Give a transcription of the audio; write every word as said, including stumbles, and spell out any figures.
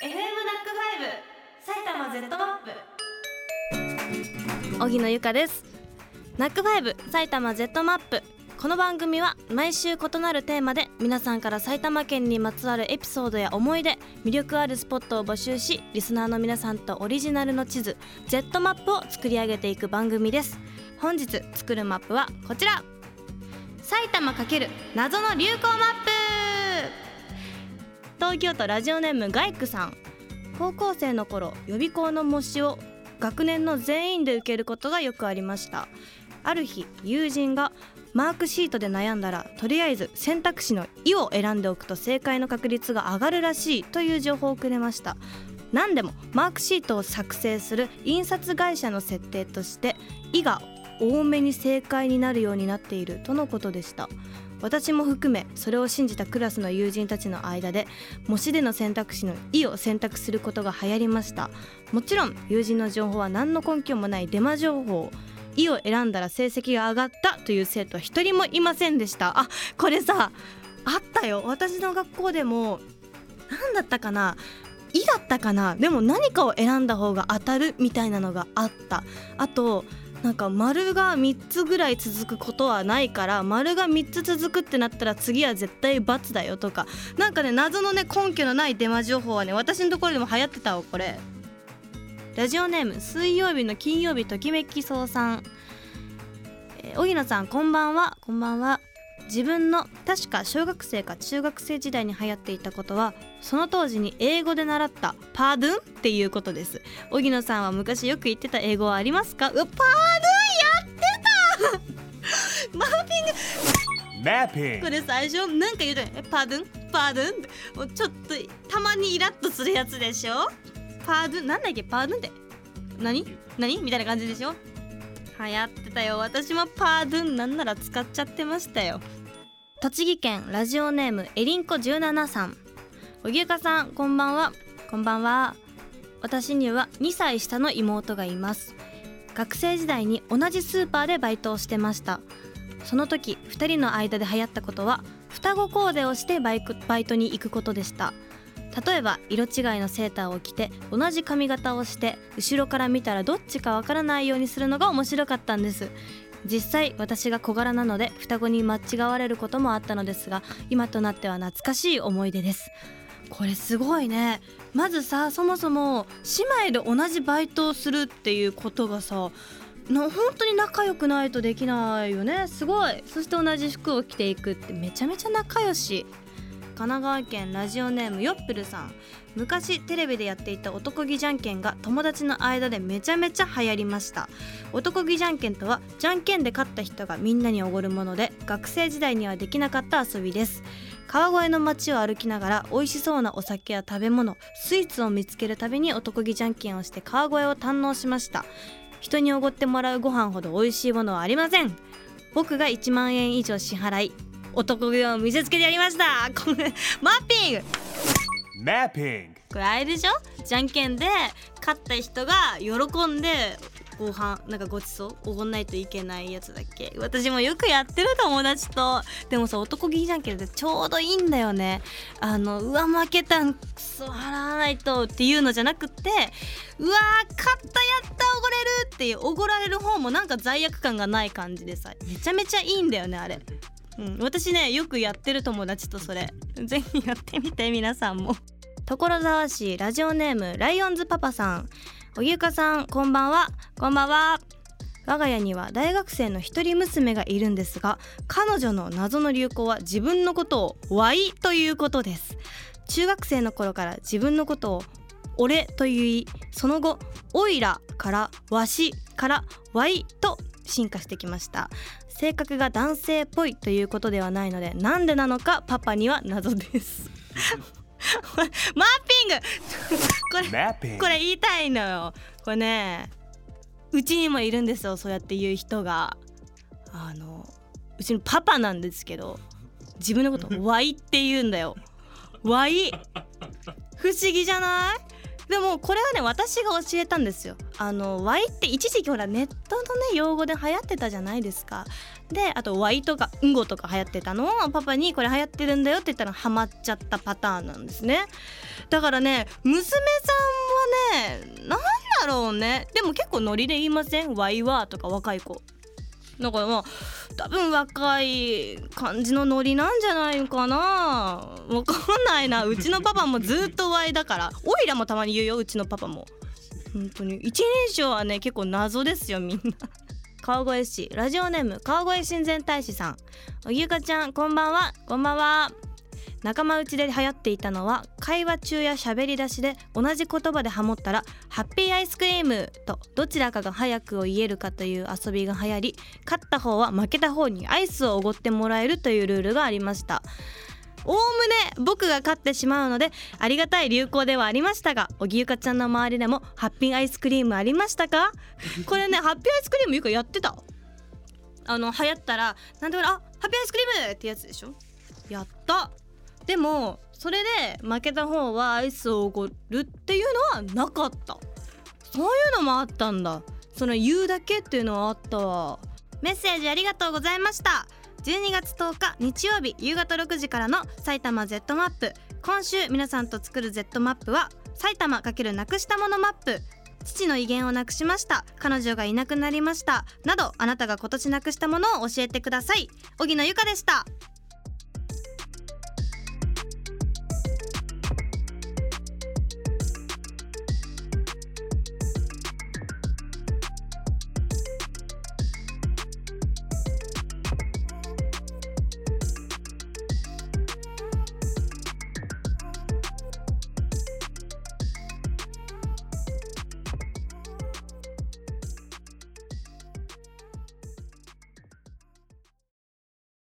エフエム ナックファイブ埼玉 Z マップ。荻野由香です。ナックファイブ埼玉 Z マップ。この番組は毎週異なるテーマで皆さんから埼玉県にまつわるエピソードや思い出、魅力あるスポットを募集し、リスナーの皆さんとオリジナルの地図 Z マップを作り上げていく番組です。本日作るマップはこちら、埼玉×謎の流行マップ。東京都ラジオネームガイクさん。高校生の頃、予備校の模試を学年の全員で受けることがよくありました。ある日、友人がマークシートで悩んだらとりあえず選択肢のいを選んでおくと正解の確率が上がるらしいという情報をくれました。何でもマークシートを作成する印刷会社の設定としていが多めに正解になるようになっているとのことでした。私も含めそれを信じたクラスの友人たちの間で模試での選択肢のいを選択することが流行りました。もちろん友人の情報は何の根拠もないデマ情報。いを選んだら成績が上がったという生徒は一人もいませんでした。あ、これさあったよ。私の学校でも何だったかな、いだったかな、でも何かを選んだ方が当たるみたいなのがあった。あとなんか丸がみっつぐらい続くことはないから、丸がみっつ続くってなったら次は絶対×だよとか、なんかね謎のね根拠のないデマ情報はね私のところでも流行ってたわ。これラジオネーム水曜日の金曜日ときめきそうさん。えー、荻野さんこんばんは。こんばんは。自分の確か小学生か中学生時代に流行っていたことは、その当時に英語で習ったパードゥンっていうことです。荻野さんは昔よく言ってた英語はありますか？うわ、パードゥンやってたマッピングマッピング、 これ最初なんか言うとえパードゥンパードゥンもうちょっとたまにイラッとするやつでしょ。パードゥンなんだっけ、パードゥンって何何みたいな感じでしょ。流行ってたよ。私もパードゥンなんなら使っちゃってましたよ。栃木県ラジオネームエリンコじゅうななさん。荻生さんこんばんは。こんばんは。私にはにさい下の妹がいます。学生時代に同じスーパーでバイトをしてました。その時ふたりの間で流行ったことは双子コーデをしてバイク、バイトに行くことでした。例えば色違いのセーターを着て同じ髪型をして後ろから見たらどっちかわからないようにするのが面白かったんです。実際私が小柄なので双子に間違われることもあったのですが、今となっては懐かしい思い出です。これすごいね。まずさ、そもそも姉妹で同じバイトをするっていうことがさな、本当に仲良くないとできないよね。すごい。そして同じ服を着ていくってめちゃめちゃ仲良し。神奈川県ラジオネームよっぷるさん。昔テレビでやっていた男気じゃんけんが友達の間でめちゃめちゃ流行りました。男気じゃんけんとはじゃんけんで勝った人がみんなにおごるもので、学生時代にはできなかった遊びです。川越の街を歩きながら美味しそうなお酒や食べ物、スイーツを見つけるたびに男気じゃんけんをして川越を堪能しました。人におごってもらうご飯ほど美味しいものはありません。僕がいちまんえん以上支払い男気を見せつけてやりました。これマッピングマッピング、 これあれでしょ、じゃんけんで勝った人が喜んでご飯なんかごちそうおごんないといけないやつだっけ。私もよくやってる友達と。でもさ、男気じゃんけんってちょうどいいんだよね。あのうわ負けたんくそ払わないとっていうのじゃなくて、うわ勝ったやったおごれるっていう、おごられる方もなんか罪悪感がない感じでさ、めちゃめちゃいいんだよねあれ。うん、私ねよくやってる友達とそれぜひやってみて皆さんも。所沢市ラジオネームライオンズパパさん。荻生さんこんばんは。こんばんは。我が家には大学生の一人娘がいるんですが、彼女の謎の流行は自分のことをワイということです。中学生の頃から自分のことを俺と言い、その後オイラからわしからワイと進化してきました。性格が男性っぽいということではないので、なんでなのかパパには謎ですマッピングこれこれ言いたいのよ。これねうちにもいるんですよ、そうやって言う人が。あのうちのパパなんですけど、自分のことワイって言うんだよ。ワイ不思議じゃない？でもこれはね私が教えたんですよ。 あのワイって一時期ほらネットのね用語で流行ってたじゃないですか。であとワイとかうんごとか流行ってたのをパパにこれ流行ってるんだよって言ったらハマっちゃったパターンなんですね。だからね娘さんはねなんだろうね、でも結構ノリで言いません？ワイはとか若い子だからまあ多分若い感じのノリなんじゃないかな、わかんないな。うちのパパもずっとワイだから、オイラもたまに言うよ、うちのパパも。本当に一人称はね結構謎ですよみんな。川越市ラジオネーム川越親善大使さん、おぎゆかちゃんこんばんは。こんばんは。仲間内で流行っていたのは会話中や喋り出しで同じ言葉でハモったらハッピーアイスクリームとどちらかが早くを言えるかという遊びが流行り、勝った方は負けた方にアイスをおごってもらえるというルールがありました。おおむね僕が勝ってしまうのでありがたい流行ではありましたが、おぎゆかちゃんの周りでもハッピーアイスクリームありましたか？これねハッピーアイスクリームよくやってた。あの流行ったらなんでもあハッピーアイスクリームってやつでしょ。やった。でもそれで負けた方はアイスをおごるっていうのはなかった。そういうのもあったんだ。その言うだけっていうのはあったわ。メッセージありがとうございました。じゅうにがつとおか日曜日夕方ろくじからの埼玉 Z マップ。今週皆さんと作る Z マップは埼玉×なくしたものマップ、父の威厳をなくしました、彼女がいなくなりましたなど、あなたが今年なくしたものを教えてください。荻野由香でした。